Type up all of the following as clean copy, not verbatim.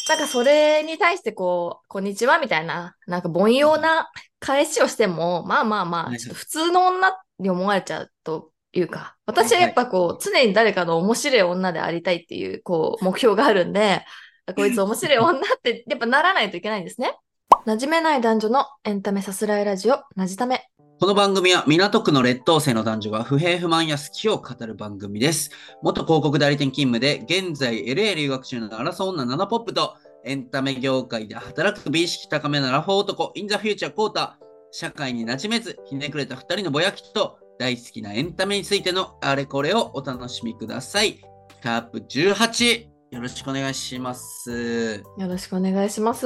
なんかそれに対してこう、こんにちはみたいな、なんか凡庸な返しをしても、まあまあまあ、 はいはい。 ちょっと普通の女に思われちゃうというか、私はやっはいはい。 ぱこう、常に誰かの面白い女でありたいっていう、こう、目標があるんで、こいつ面白い女ってやっぱならないといけないんですね。馴染めない男女のエンタメさすらいラジオ、なじため。 この番組は港区の劣等生の男女が不平不満や好きを語る番組です。元広告代理店勤務で、現在 LA 留学中のアラサー女ナナポップと、エンタメ業界で働く美意識高めなラフォー男、インザフューチャーコータ、社会に馴染めず、ひねくれた二人のぼやきと、大好きなエンタメについてのあれこれをお楽しみください。シャープ18、よろしくお願いします。 よろしくお願いします。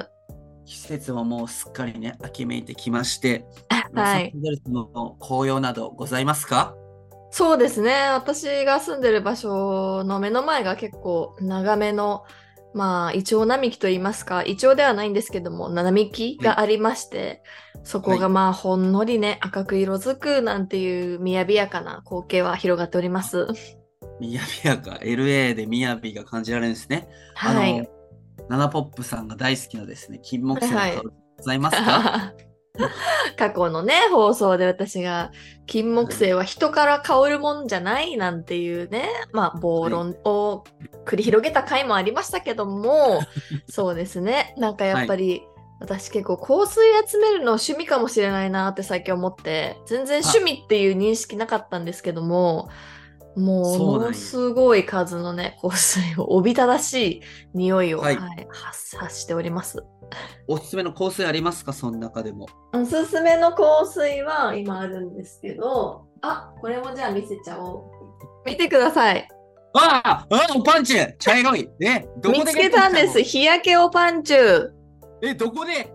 季節ももうすっかりね、秋めいてきまして、ロサンはい。 ゼルスの紅葉などございますか？ そうですね。私が住んでる場所の目の前が結構長めの、まあ、イチョウ並木といいますか、イチョウではないんですけども、並木はい。 がありまして、そこがはい。 まあ、ほんのりね、赤く色づくなんていう雅やかな光景は広がっております。 みやびやか、LA でみやびが感じられるんですね。あはい。 の、ナナポップさんが大好きなですね、金木犀のはいはい。 香りございますか？ 過去のね、放送で私が、金木犀は人から香るもんじゃないなんていうね、まあ、暴はい。 論を繰り広げた回もありましたけども、そうですね。なんかやっはい。 ぱり、私結構香水集めるの趣味かもしれないなって最近思って、全然趣あ、 味っていう認識なかったんですけども、ものそうなんや。 すごい数のね、香水をおびただしい匂いを、 はい。 はい、発しております。 おすすめの香水ありますか、その中でも？ おすすめの香水は今あるんですけど、あ、これもじゃあ見せちゃおう。見てください。 パンチ茶色い。どこでゲッ見つけたんです。 トしたの？ 日焼けおパンチュ。 どこで？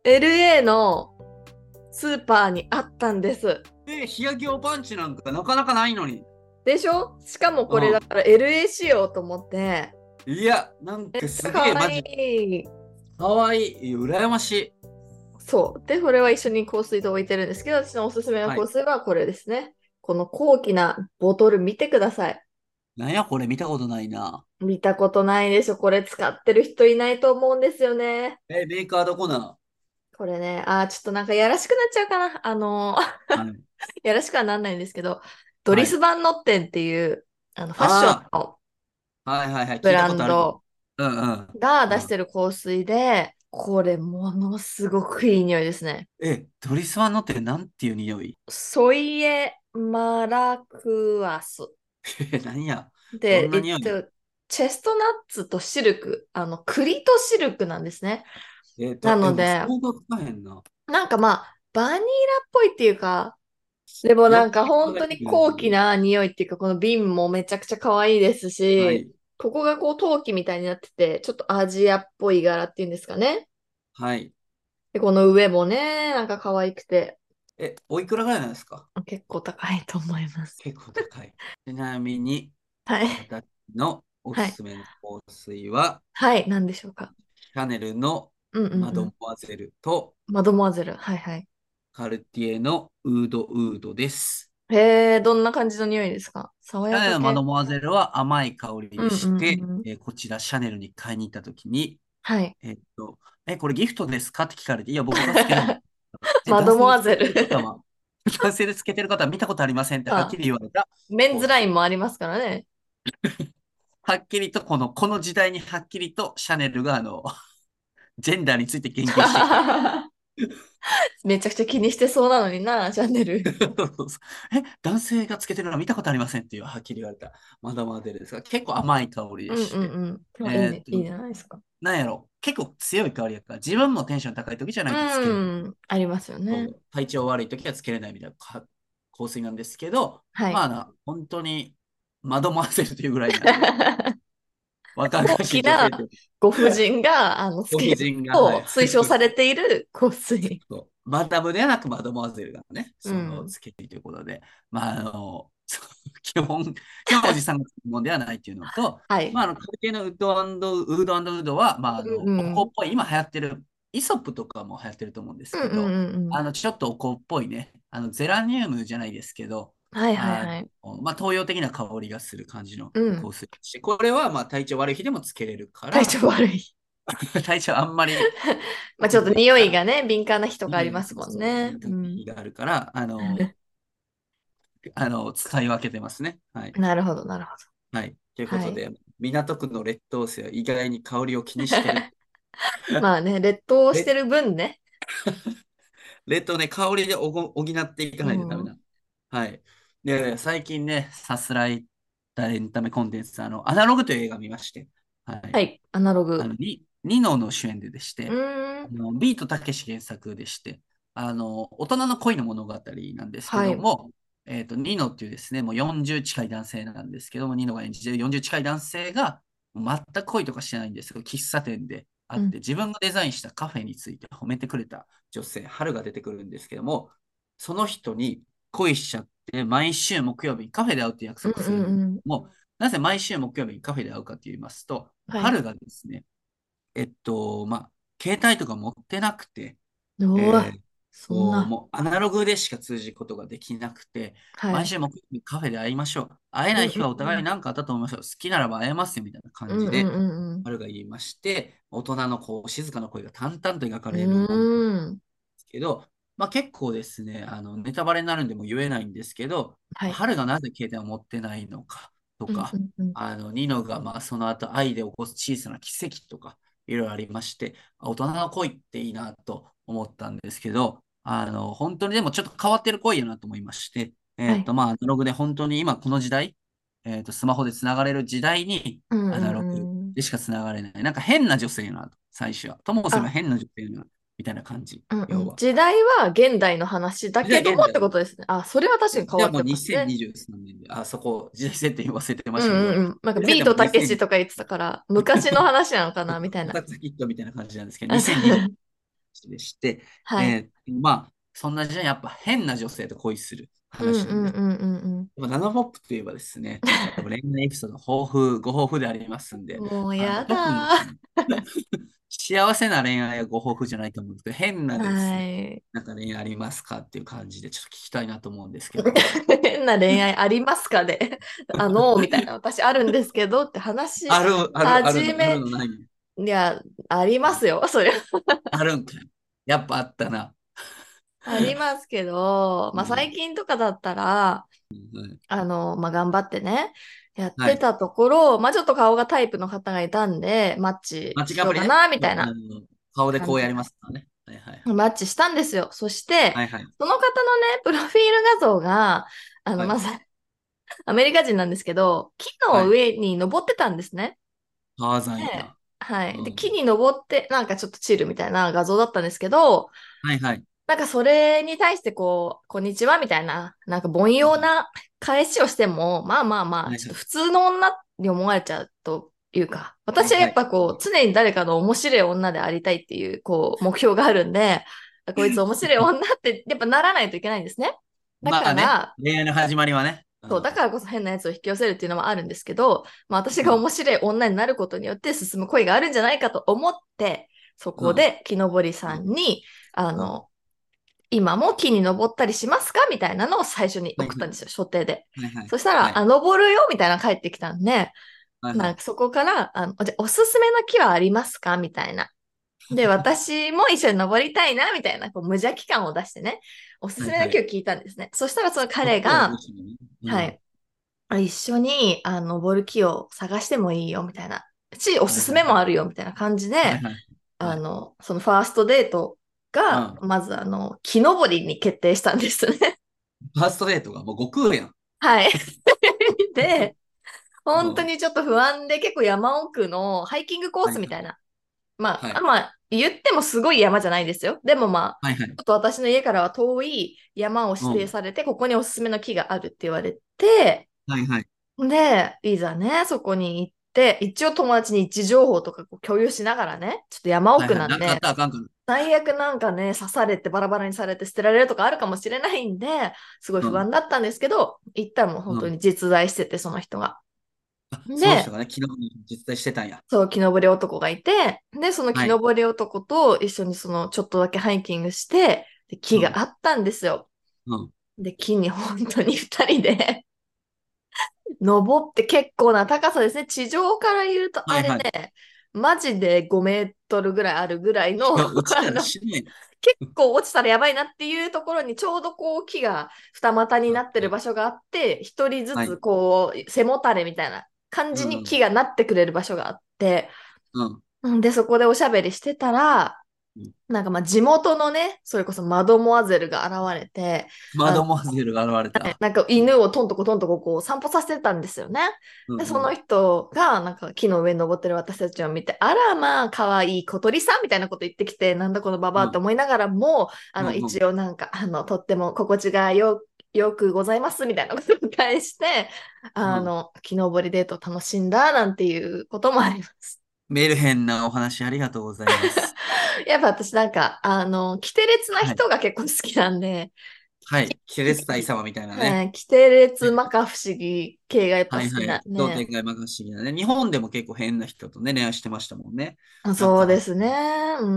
LA のスーパーにあったんです。 日焼けおパンチなんかなかなかないのに。 でしょ？しかもこれだうん。 から LA 仕様と思って、 いや、なんかすかわげえ、マジ、 いい。 かわいい。羨ましい。 そう。で、これは一緒に香水と置いてるんですけど、私のおすすめのはい。 香水はこれですね。この高貴なボトル見てください。 なんやこれ見たことないな。 見たことないでしょ。これ使ってる人いないと思うんですよね。 メーカーどこな？ これね、ちょっとなんかやらしくなっちゃうかな。 はい。 やらしくはなんないんですけど、ドリス・はい。 バンノッテンっていう、ファッションあのあ、はいはいはい。聞いたブラことあるよ。 ンドうんうん。 が出しうん。 てる香水で、これものすごくいい匂いですね。 ドリスワンのってなんていう匂い？ ソイエ・マラクアス。 何や？どんで、 な匂い？ チェストナッツとシルク、栗とシルクなんですね。なのもう想で、 像つかへんな。 なんかまあ、バニラっぽいっていうか、でもなんかよく聞く本当にだけで、 高貴な匂いっていうか、この瓶もめちゃくちゃ可愛いですし、 はい。 ここがこう陶器みたいになってて、ちょっとアジアっぽい柄っていうんですかね。 はい。 で、この上もね、なんか可愛くて、 おいくらぐらいなんですか？ 結構高いと思います。 結構高い。ちなみに、 はい。 私のおはい。 すすめの香水は、 はい。何でしょうか。 シャネルのうんうんうん。 マドモアゼルとマドモアゼル。はいはい。 カルティエのウードウードです。 へえ、どんな感じの匂いですか？爽シャネルやか系？ のマドモアゼルは甘い香りでうんうんして、 うん。 こちらシャネルに買いに行った時に、 はい。 えっと、これギフトですかって聞かれて、いや、僕がつけるんです。 マド男性モアゼでつけてる方ル。 は、男性でつけてる方は見たことありませんってはっきあ、 り言われたメンズライ香水。 ンもありますからね。 はっきりとこの時代にはっきりとシャネルがジェンダーについて言及してきた。 めちゃくちゃ気にしてそうなのにな、チャンネル。 そうそうそう。男性がつけてるの見たことありませんっていうはっきり言われたマダマデレですが、結構甘い香りうんうんでして、 うん。まあ、いいね。 えーっと、 いいじゃないですか。 なんやろ、結構強い香りやから、自分もテンション高い時じゃなういとつけれない。 ん。ありますよね。 そう体調悪い時はつけれないみたいな香水なんですけど、 はい。 本当に窓もせるというぐらいなんで、若大 々しいきな女性というご婦人が、つごける婦人が、はい、 と推奨されている香水。 マダムではなくマドモアゼルがね、 うんつけているということで、基本おじさんがつけるものではないっていうのと、 はい。 カルティエのウードは、 うんうん。 お香っぽい、今流行ってる、イソップとかも流行ってると思うんですうんうんけど、 うんうん。 ちょっとお香っぽいね、ゼラニウムじゃないですけど、 はいはいはい。 東洋的な香りがする感じのうん。 香水だし、これは体調悪い日でもつけれるから、 体調悪い。 体調あんまりまあちょっと匂いから、 がね、敏感な日とかあり匂いますもんそうそうね。 敏感なうん。 日があるから、使い分けてますね。はい。 なるほど、なるほはい。というど。はい。 ことで、港区の劣等生は意外に香りを気にしてる。 まあね、劣等して劣る分ね。 劣等ね、香りで補っていかうん。 ないとダメな。はい。で、最近ね、さすらいだエンタメコンテンツ、アナログという映画を見まして、はい。 はい、アナログ。 ニノの主演でしうて、 ーん。 ビートたけし原作でして、大人の恋の物語なんですけはい。 ども、ニノっていうですね、もう40近い男性なんですけども、ニノが演じている40近い男性が、全く恋とかしてないんですよ。喫茶店でうん。 会って、自分がデザインしたカフェについて褒めてくれた女性、春が出てくるんですけども、その人に恋しちゃって、毎週木曜日にカフェで会うって約うん束するんですけうんうん。 ども、なぜ毎週木曜日にカフェで会うかと言いますと、 はい。 春がですね、まあ、携帯とか持ってなくて、 おー、 えーそんな。 もうアナログでしか通じることができなくて、 はい。 毎週木曜日カフェで会いましょう。会えうんうんない日はおうん。 互い何かあったと思いましょう。好きならば会えますよみたいな感うんうんじで、 うん春が言いまして、大人の静かな声が淡々と描かうれるものなんでん。うーん。 すけど、まあ、結構ですね、ネタバレになるんでも言えないんですけど、 はい。 春がなぜ携帯を持ってないのかとうんうか、 んうん。 ニノがまあその後愛で起こす小さな奇跡とか、いろいろありまして、大人の恋っていいなと思ったんですけど、本当にでもちょっと変わってる恋やなと思いまして、 はい。 まあ、アナログで本当に今この時代、スマホでつながれる時代に、 うんアナログうんうん。 でしかつながれない。なんか変な女性やなと、最初は。ともすればあ、 変な女性やな、みたいな感じ、 うんうん。 要は。 時代は現代の話だ時代けどもって現代。 ことですね。あ、それは確かに変じゃあもうわってますね。 2023年で、あそこ、時代設定忘れてまうんしたけど、 うんうん。なんか時代設定もビートたけし 2000、 とか言ってたから、昔の話なのかなみたいな。 こたつキットみたいな感じなんですけど、 あ、そ 2020 う。 でして、 はい。 まあ、そんな時代にやっぱ変な女性と恋するうん話なんです。 うんうんうんナノポップといえばですね、やっぱ恋愛エピソードご豊富でありますんうん。 で、 もうや特にだ幸せな恋愛はご豊富じゃないと思うんですけど、変なー。 ですね、 はい。 なんか恋愛ありますかっていう感じでちょっと聞きたいなと思うんですけど。 変な恋愛ありますかで、みたいな、私あるんですけどって話、 ある始め、 のないの。 いや、ありますよ、そりゃ。 あるんかい。やっぱあったな。 ありますけど、まあ最近とかだったら、まあ頑張ってね、やっはい。 てたところ、まあちょっと顔がタイプの方がいたんで、マッチマッチンしグアプリね。 ようかな、みたいな顔でこうやり感じで。 ますからね。はいはいはい。 マッチしたんですよ。そして、 はいはい。 その方のね、プロフィール画像が、 はい。 まず、アメリカ人なんですけど、木のはい。 上に登ってたんですね。 ターザンで、 や。 はい。で、木うん。 に登って、なんかちょっとチルみたいな画像だったんですけど、 はいはい。 なんかそれに対してこう、こんにちはみたいな、なんか凡うん。 庸な返しをしても、まあまあまあ、 はいはい。 ちょっと普通の女に思われちゃうというか、私はやっはいはい。 ぱこう、常に誰かの面白い女でありたいっていう、こう、目標があるんで、こいつ面白い女ってやっぱならないといけないんですね。だまあね、 から、 恋愛の始まりはね。うそう、だかん。 らこそ変なやつを引き寄せるっていうのもあるんですけど、まあ私うん。 が面白い女になることによって進む恋があるんじゃないかと思って、そうん。 こで木登りさうん。 んに、あうん。 の、今も木に登ったりしますかみたいなのを最初にはいはい。 送ったんですよ、所定で。 はいはい。 そしたら、 はい。 登るよみたいなの返ってきたんで、 はいはい。 なんかそこから、じゃあおすすめの木はありますかみたいな。で、私も一緒に登りたいな、みたいな、こう無邪気感を出してね、おすすめのはいはい。 木を聞いたんですね。そしたらそのそこが面彼が、 白いね。うん。 はい、一緒に、登る木を探してもいいよ、みたいな。おすすはいはいはい。 めもあるよ、みたいな感じで、 はいはい。はい。 そのファーストデートが、 うん。 まず木登りに決定したんですね。 ファーストデートがもう悟空やん。 はい。で、 うん。 本当にちょっと不安で、結構山奥のハイキングコーはいはい。 スみたいな。まあ、 はい。 まあ、言ってもすごい山じゃないですよ。でもまあ、 はいはい。 ちょっと私の家からは遠い山を指うん。 定されて、ここにおすすめの木があるって言われて、 はいはい。 で、いざね、そこに行って、一応友達に位置情報とかこう共有しながらね、ちょっと山はいはい。なんかあっ奥なんで、 たらあかんから。 最悪なんかね、刺されてバラバラにされて捨てられるとかあるかもしれないんで、すごい不うん。 安だったんですけど、行ったらもう本うん。 当に実在してて、その人が。で、 その人がね、昨日実在してたんや。 そう、木登り男がいて、で、その木はい。 登り男と一緒にそのちょっとだけハイキングして、で木うん。 があったんですよ。 うん。 で、木に本当に二人で登って結構な高さですね。地上から言うとあれはいはい。 ね、 マジで5メートルぐらいあるぐらいの、 いや、落ちたらあの、 死ぬやん。 結構落ちたらやばいなっていうところにちょうどこう木が二股になってる場所があって、一人ずつはい。 こう背もたれみたいな感じに木うん。 がなってくれる場所があって、 うん。 で、そこでおしゃべりしてたら、 うん。 なんかまあ地元のね、それこそマドモアゼルが現れて、あマドモアゼルが現れた。 なんかうん。 犬をトントコトントコこう散歩させてたんですよね。で、そのうん。 人がなんか木の上に登ってる私たちを見て、あらまあ、かわいい小鳥さんみたいなこと言ってきて、なんだこのババアってうん。 思いながらも、 うん。うん。 一応なんか、とっても心地がよくございますみたいなことを返して、 うん。 木登りデート楽しんだなんていうこともあります。 メルヘンなお話ありがとうございます。 やっぱ私なんか、キテレツなはい。 人が結構好きなんで、 はい。キレス大様みたいなね。 はい、キテレツ摩訶不思議系がやっぱ好きはいはい。同なんで、 点が不思議なね。日本でも結構変な人とね、恋愛してましたもんね。なんか、 そうですね。うん。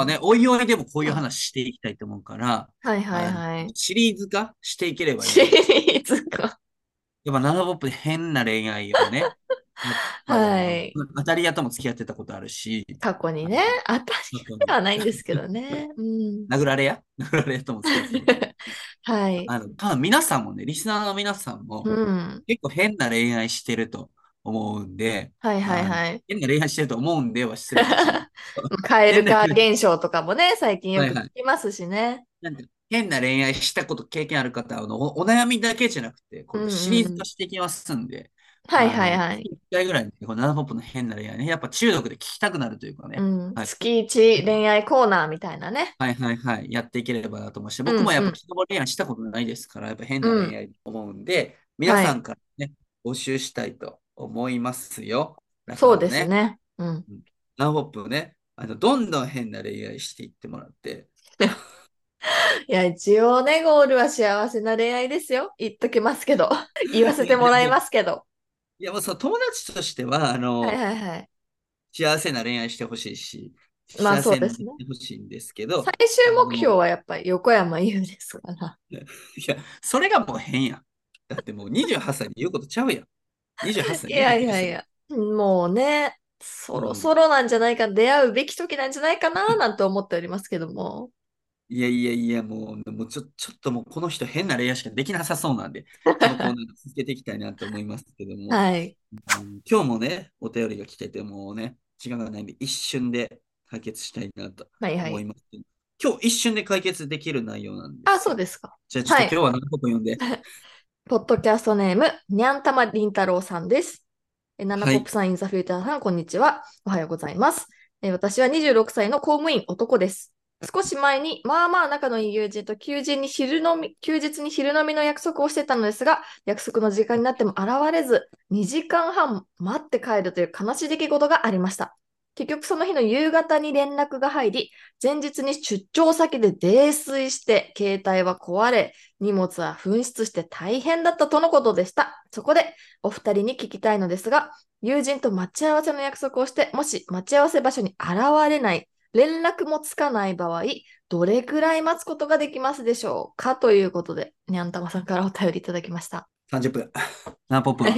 まあね、おいおいでもこういう話していきたいと思うから、 はいはいあの、 はい。 シリーズ化していければいいシなと。 リーズか。 やっぱナナポップで変な恋愛をね、やったら、 はい。 当たり屋とも付き合ってたことあるし、 過去にあの、 ね、当たり過去に、 ではないんですけどね。うん。 殴られ屋殴られ屋とも付き合ってたことあるし、 はい。 多分皆さんもね、リスナーの皆さんうもん。 結構変な恋愛してると思うんで、 はいはいはい。 変な恋愛してると思うんでは失礼かもしれない。 蛙化変な恋愛、 現象とかもね、最近よく聞はいはい。 きますしね。 なんか変な恋愛したこと経験ある方は、お悩みだけじゃなくて、こうんれシリーズうん。 化していきますんで、 はいはいはい。 月1回ぐらいに、このナナポップの変な恋愛ね、やっぱ中毒で聞きたくなるというかね、 うん。 はい。 月一恋愛コーナーみたいなね。 はいはいはい、やっていければなと思いまして、 うんうん。 僕もやっぱ昨日恋愛したことないですから、やっぱ変なうん。 恋愛と思うんで、皆はい。 さんからね、募集したいと思いますよ。だかそうらね、 ですね。うん。 うん、ナナポップね、どんどん変な恋愛していってもらって、 いや、一応ね、ゴールは幸せな恋愛ですよ。言っときますけど。言わせいや、 てもらいでも、 ますけど。 いやもうその友達としては、 はいはいはい。 幸せな恋愛してほしいし、 まあ幸せになっそうですね。 てほしいんですけ最ど、 終目標はやっぱり横山優ですから。 いや、それがもう変やん。だってもう28歳で言うことちゃうやん。28歳、 いやい 29歳。 やいや、もうね、そろうん。 そろなんじゃないか、出会うべき時なんじゃないかな、なんて思っておりますけども。 いやいやいや、もうちょっともうこの人変な恋愛しかできなさそうなんで、このコーナー続けていきたいなと思いますけども、 はい。 今日もね、お便りが来てて、もうね、時間がないんで一瞬で解決したいなとはいはい。 思います。今日一瞬で解決できる内容なんであ、 すよ。 そうですか。 じゃあちょっとはい。 今日は何個も読んで。 ポッドキャストネーム、にゃんたまりんたろうさんです。ナナはい。 ポップさん、インザフューチャーさん、こんにちは。おはようございます。私は26歳の公務員男です。少し前に、まあまあ仲のいい友人と休日に昼飲みの約束をしてたのですが、約束の時間になっても現れず、2時間半待って帰るという悲しい出来事がありました。結局その日の夕方に連絡が入り、前日に出張先で泥酔して、携帯は壊れ、荷物は紛失して大変だったとのことでした。そこでお二人に聞きたいのですが、友人と待ち合わせの約束をして、もし待ち合わせ場所に現れない、連絡もつかない場合、どれくらい待つことができますでしょうかということで、にゃんたまさんからお便りいただきました。 30分。何ポップン。 はい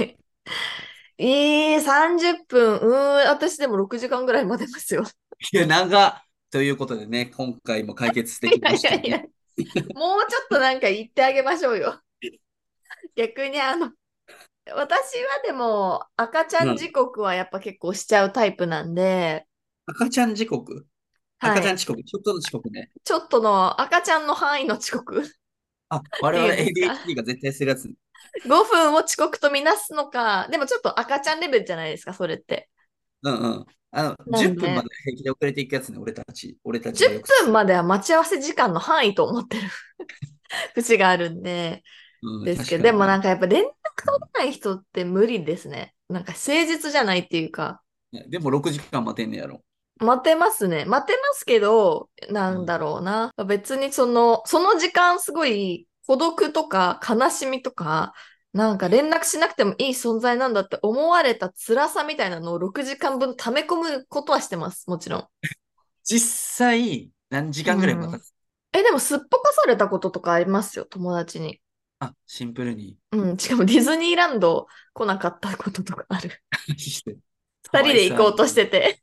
。30分。私でも6時間ぐらい待てますよ。 いや、長ということでね、今回も解決でいきまやいやいや、 したね。 もうちょっとなんか言ってあげましょうよ。逆に私はでも赤ちゃん時うん。 刻はやっぱ結構しちゃうタイプなんで、 赤ちゃん時刻。赤はい。 ちゃん遅刻。ちょっとの遅刻ね。 ちょっとの赤ちゃんの範囲の遅刻っあ、我々 ていうんですか。 ADHD が絶対するやつ。 5分を遅刻とみなすのか、でもちょっと赤ちゃんレベルじゃないですか、それって。 うんうん。10分まなんで、 で平気で遅れていくやつね、俺たち。俺たちがよ 10 くす。 分までは待ち合わせ時間の範囲と思ってる節があるんで、 うん、 ですけど、で確かにね。 もなんかやっぱ連絡取うん、 れない人って無理ですね。なんか誠実じゃないっていうか、 ね、でも6時間待てんねやろ。 待てますね。待てますけど、なんだうん。 ろうな。別にその時間すごい孤独とか悲しみとか、なんか連絡しなくてもいい存在なんだって思われた辛さみたいなのを6時間分溜め込むことはしてます。もちろん。 実際、何時間ぐらい待たうん。 す？ でもすっぽかされたこととかありますよ、友達に。 あ、シンプルに。 うん。しかもディズニーランド来なかったこととかある。 してか二わいそうやな。 人で行こうとしてて。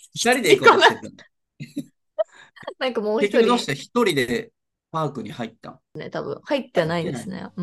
二人で行こうとしてたの。 なんかもう結局どうし一人た一人でパークに入ったん？ ね、多分入ってないですね。うん。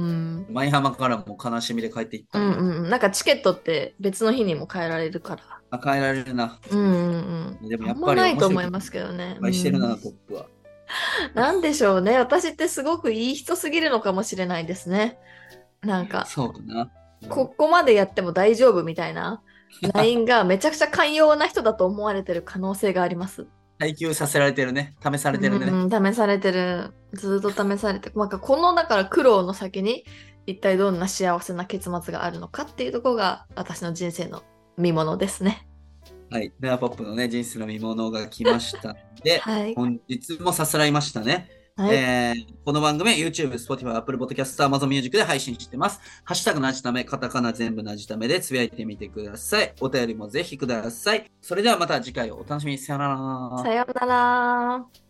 舞浜からも悲しみで帰っていったんや。 うんうんうん。なんかチケットって別の日にも変えられるから。 あ、変えられるな。 うんうんうん。 でもやっあんまぱり面白いないと思いこといっますけどね。うぱいしてるな、 ん。 ポップは。 なんでしょうね。私ってすごくいい人すぎるのかもしれないですね。なんか、 そうかな。 ここまでやっても大丈夫みたいな LINE がめちゃくちゃ寛容な人だと思われてる可能性があります。 耐久させられてるね。試されてるね。 うん、試されてる。ずっと試されてる。なんかこの、だから苦労の先に一体どんな幸せな結末があるのかっていうところが私の人生の見ものですね。 はい。では、ポップのね、人生の見物が来ましたので、 はい。 本日もさすらいましたね。 はい。 この番組は YouTube、Spotify、Apple Podcast、Amazon Music で配信してます。ハッシュタグなじため、カタカナ全部なじためでつぶやいてみてください。お便りもぜひください。それではまた次回をお楽しみに。さよなら。 さようなら。